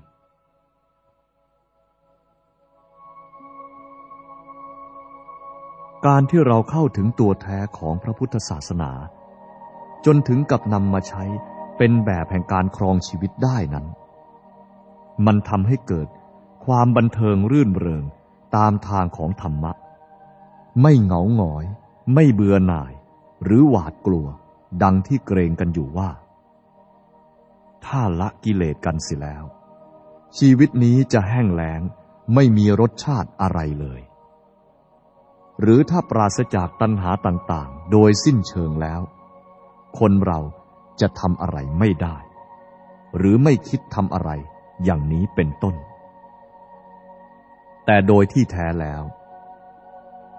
ๆการที่เราเข้าถึงตัวแท้ของพระพุทธศาสนาจนถึงกับนำมาใช้เป็นแบบแห่งการครองชีวิตได้นั้นมันทำให้เกิดความบันเทิงรื่นเริงตามทางของธรรมะไม่เหงาหงอยไม่เบื่อหน่ายหรือหวาดกลัวดังที่เกรงกันอยู่ว่าถ้าละกิเลสกันเสียแล้วชีวิตนี้จะแห้งแล้งไม่มีรสชาติอะไรเลยหรือถ้าปราศจากตัณหาต่างๆโดยสิ้นเชิงแล้วคนเราจะทำอะไรไม่ได้หรือไม่คิดทำอะไรอย่างนี้เป็นต้นแต่โดยที่แท้แล้ว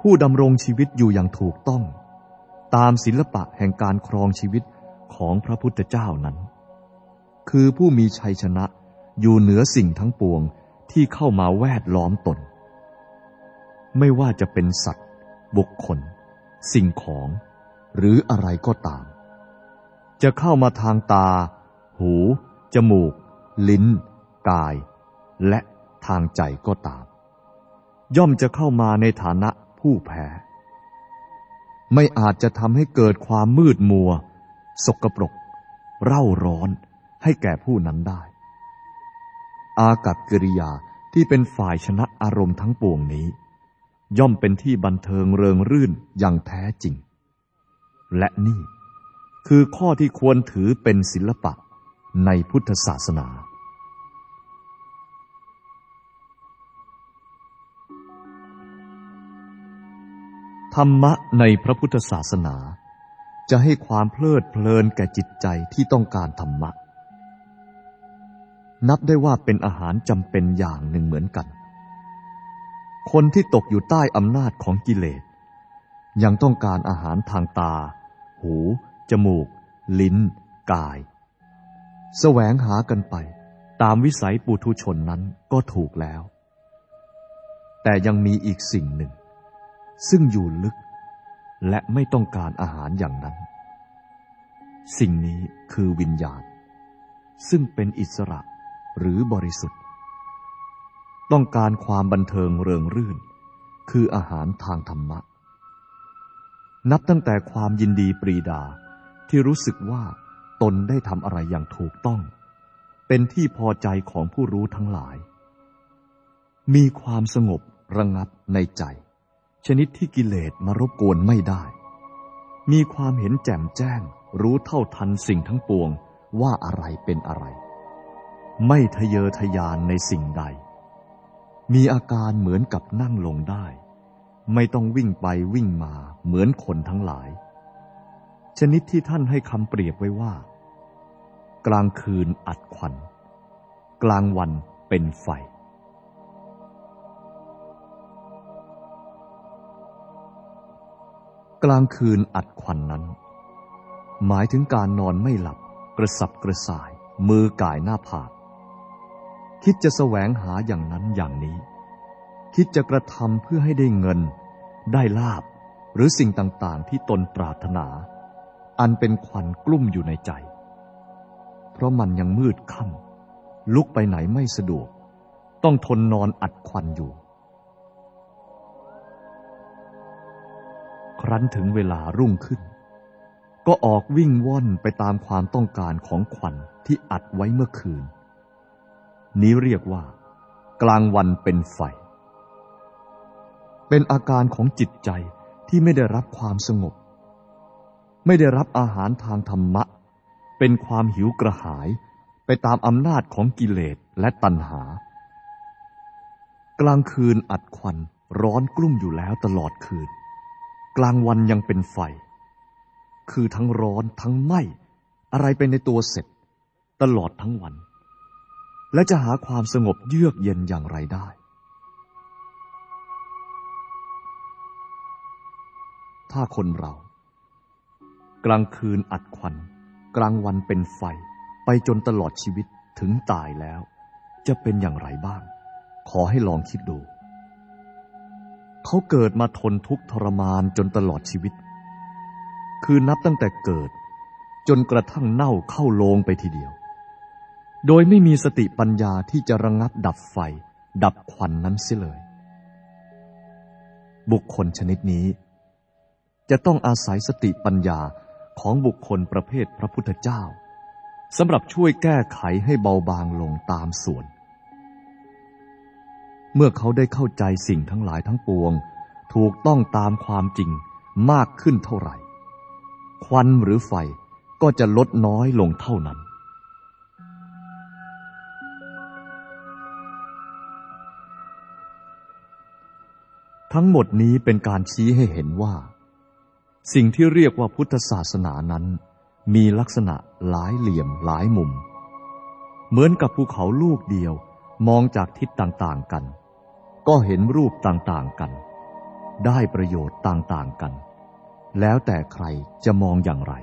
ผู้ดำรงชีวิตอยู่อย่างถูกต้องตามศิลปะแห่งการครองชีวิตของพระพุทธเจ้านั้นคือผู้มีชัยชนะอยู่เหนือสิ่งทั้งปวงที่เข้ามาแวดล้อมตนไม่ว่าจะเป็นสัตว์บุคคลสิ่งของหรืออะไรก็ตามจะเข้ามาทางตาหูจมูกลิ้นกายและทางใจก็ตามย่อมจะเข้ามาในฐานะผู้แพ้ไม่อาจจะทำให้เกิดความมืดมัวสกปรกเร่าร้อนให้แก่ผู้นั้นได้อากัปกิริยาที่เป็นฝ่ายชนะอารมณ์ทั้งปวงนี้ย่อมเป็นที่บันเทิงเริงรื่นอย่างแท้จริงและนี่คือข้อที่ควรถือเป็นศิลปะในพุทธศาสนาธรรมะในพระพุทธศาสนาจะให้ความเพลิดเพลินแก่จิตใจที่ต้องการธรรมะนับได้ว่าเป็นอาหารจำเป็นอย่างหนึ่งเหมือนกันคนที่ตกอยู่ใต้อำนาจของกิเลสยังต้องการอาหารทางตาหูจมูกลิ้นกายแสวงหากันไปตามวิสัยปุถุชนนั้นก็ถูกแล้วแต่ยังมีอีกสิ่งหนึ่งซึ่งอยู่ลึกและไม่ต้องการอาหารอย่างนั้นสิ่งนี้คือวิญญาณซึ่งเป็นอิสระหรือบริสุทธิ์ต้องการความบันเทิงเริงรื่นคืออาหารทางธรรมะนับตั้งแต่ความยินดีปรีดาที่รู้สึกว่าตนได้ทำอะไรอย่างถูกต้องเป็นที่พอใจของผู้รู้ทั้งหลายมีความสงบระงับในใจชนิดที่กิเลสมารบกวนไม่ได้มีความเห็นแจ่มแจ้งรู้เท่าทันสิ่งทั้งปวงว่าอะไรเป็นอะไรไม่ทะเยอทะยานในสิ่งใดมีอาการเหมือนกับนั่งลงได้ไม่ต้องวิ่งไปวิ่งมาเหมือนคนทั้งหลายชนิดที่ท่านให้คำเปรียบไว้ว่ากลางคืนอัดควันกลางวันเป็นไฟกลางคืนอัดควันนั้นหมายถึงการนอนไม่หลับกระสับกระส่ายมือก่ายหน้าผากคิดจะแสวงหาอย่างนั้นอย่างนี้คิดจะกระทำเพื่อให้ได้เงินได้ลาภหรือสิ่งต่างๆที่ตนปรารถนาอันเป็นควันกลุ่มอยู่ในใจเพราะมันยังมืดค่ำลุกไปไหนไม่สะดวกต้องทนนอนอัดควันอยู่ครั้นถึงเวลารุ่งขึ้นก็ออกวิ่งว่อนไปตามความต้องการของควันที่อัดไว้เมื่อคืนนี้เรียกว่ากลางวันเป็นไฟเป็นอาการของจิตใจที่ไม่ได้รับความสงบไม่ได้รับอาหารทางธรรมะเป็นความหิวกระหายไปตามอำนาจของกิเลสและตัณหากลางคืนอัดควันร้อนกลุ่มอยู่แล้วตลอดคืนกลางวันยังเป็นไฟคือทั้งร้อนทั้งไหม้อะไรไปในตัวเสร็จตลอดทั้งวันและจะหาความสงบเยือกเย็นอย่างไรได้ถ้าคนเรากลางคืนอัดควันกลางวันเป็นไฟไปจนตลอดชีวิตถึงตายแล้วจะเป็นอย่างไรบ้างขอให้ลองคิดดูเขาเกิดมาทนทุกข์ทรมานจนตลอดชีวิตคือนับตั้งแต่เกิดจนกระทั่งเน่าเข้าโลงไปทีเดียวโดยไม่มีสติปัญญาที่จะระงับดับไฟดับควันนั้นเสียเลยบุคคลชนิดนี้จะต้องอาศัยสติปัญญาของบุคคลประเภทพระพุทธเจ้าสำหรับช่วยแก้ไขให้เบาบางลงตามส่วนเมื่อเขาได้เข้าใจสิ่งทั้งหลายทั้งปวงถูกต้องตามความจริงมากขึ้นเท่าไหร่ควันหรือไฟก็จะลดน้อยลงเท่านั้นทั้งหมดนี้เป็นการชี้ให้เห็นว่าสิ่งที่เรียกว่าพุทธศาสนานั้นมีลักษณะหลายเหลี่ยมหลายมุมเหมือนกับภูเขาลูกเดียวมองจากทิศต่างๆกันก็เห็นรูปต่างๆกันได้ประโยชน์ต่างๆกันแล้วแต่ใครจะมองอย่างไร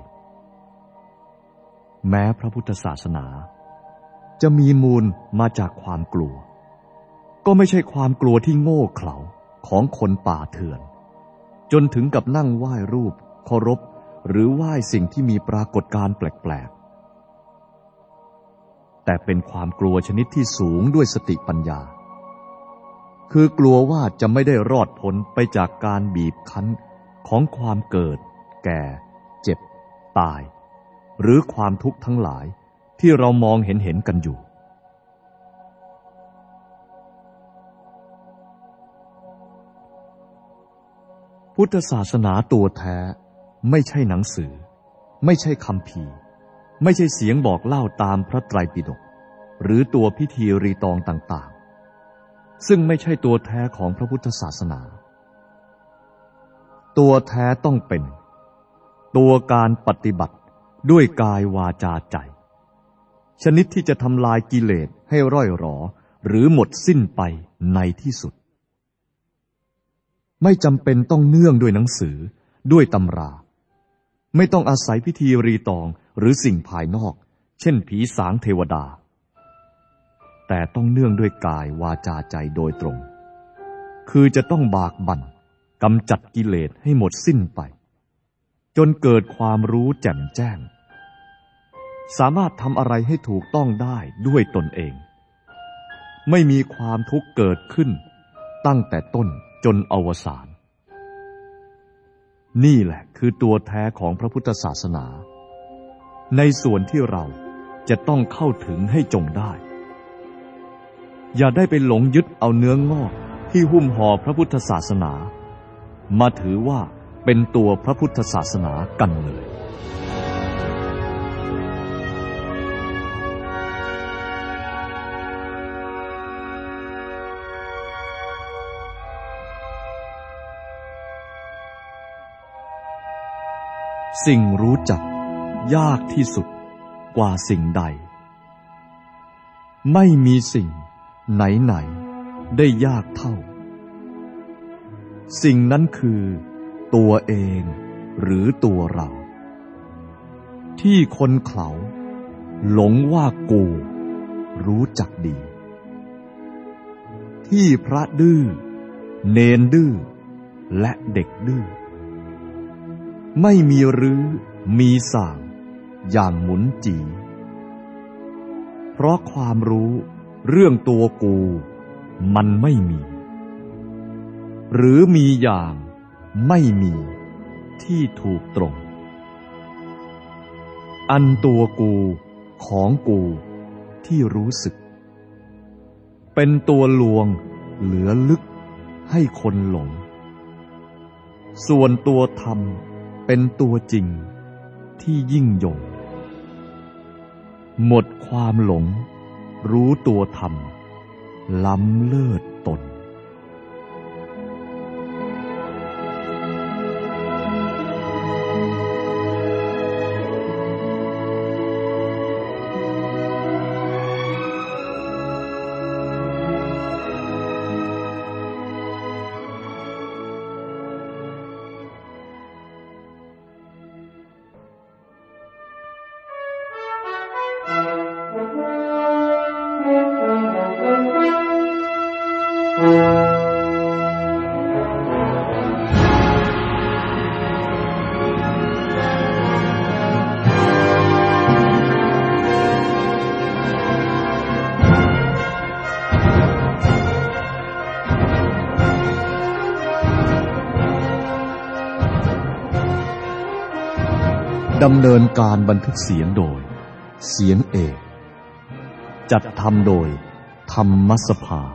แม้พระพุทธศาสนาจะมีมูลมาจากความกลัวก็ไม่ใช่ความกลัวที่โง่เขลาของคนป่าเถื่อนจนถึงกับนั่งไหว้รูปเคารพหรือไหว้สิ่งที่มีปรากฏการณ์แปลกๆแต่เป็นความกลัวชนิดที่สูงด้วยสติปัญญาคือกลัวว่าจะไม่ได้รอดพ้นไปจากการบีบคั้นของความเกิดแก่เจ็บตายหรือความทุกข์ทั้งหลายที่เรามองเห็นเห็นกันอยู่พุทธศาสนาตัวแท้ไม่ใช่หนังสือไม่ใช่คัมภีร์ไม่ใช่เสียงบอกเล่าตามพระไตรปิฎกหรือตัวพิธีรีตองต่างๆซึ่งไม่ใช่ตัวแท้ของพระพุทธศาสนาตัวแท้ต้องเป็นตัวการปฏิบัติด้วยกายวาจาใจชนิดที่จะทำลายกิเลสให้ร่อยหรอหรือหมดสิ้นไปในที่สุดไม่จำเป็นต้องเนื่องด้วยหนังสือด้วยตำราไม่ต้องอาศัยพิธีรีตองหรือสิ่งภายนอกเช่นผีสางเทวดาแต่ต้องเนื่องด้วยกายวาจาใจโดยตรงคือจะต้องบากบั่นกำจัดกิเลสให้หมดสิ้นไปจนเกิดความรู้แจ่มแจ้งสามารถทำอะไรให้ถูกต้องได้ด้วยตนเองไม่มีความทุกข์เกิดขึ้นตั้งแต่ต้นจนอวสานนี่แหละคือตัวแท้ของพระพุทธศาสนาในส่วนที่เราจะต้องเข้าถึงให้จงได้อย่าได้ไปหลงยึดเอาเนื้องอกที่หุ้มห่อพระพุทธศาสนามาถือว่าเป็นตัวพระพุทธศาสนากันเลยสิ่งรู้จักยากที่สุดกว่าสิ่งใดไม่มีสิ่งไหนๆได้ยากเท่าสิ่งนั้นคือตัวเองหรือตัวเราที่คนเขาหลงว่ากูรู้จักดีที่พระดื้อเนนดื้อและเด็กดื้อไม่มีรื้อมีส่างอย่างหมุนจีเพราะความรู้เรื่องตัวกูมันไม่มีหรือมีอย่างไม่มีที่ถูกตรงอันตัวกูของกูที่รู้สึกเป็นตัวลวงเหลือลึกให้คนหลงส่วนตัวธรรมเป็นตัวจริงที่ยิ่งยงหมดความหลงรู้ตัวธรรมล้ำเลิศตนดำเนินการบันทึกเสียงโดยเสียงเอกจัดทำโดยธรรมสภา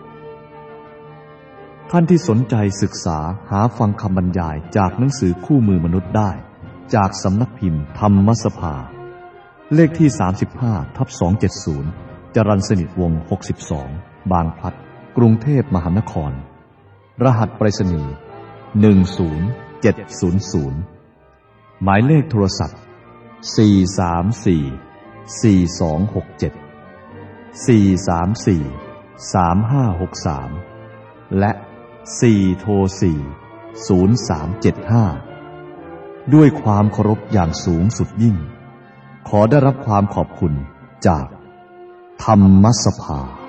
ท่านที่สนใจศึกษาหาฟังคำบรรยายจากหนังสือคู่มือมนุษย์ได้จากสำนักพิมพ์ธรรมสภาเลขที่ สามสิบห้าทับสองเจ็ดศูนย์ จรัญสนิทวงศ์หกสิบสองบางพลัดกรุงเทพมหานครรหัสไปรษณีย์หนึ่งศูนย์เจ็ดศูนย์ศูนย์หมายเลขโทรศัพท์สี่ สาม สี่ สี่ สอง หก เจ็ด สี่ สาม สี่ สาม ห้า หก สามและสี่โทรสี่ศูนย์ สาม เจ็ด ห้า ด้วยความเคารพอย่างสูงสุดยิ่งขอได้รับความขอบคุณจากธรรมสภา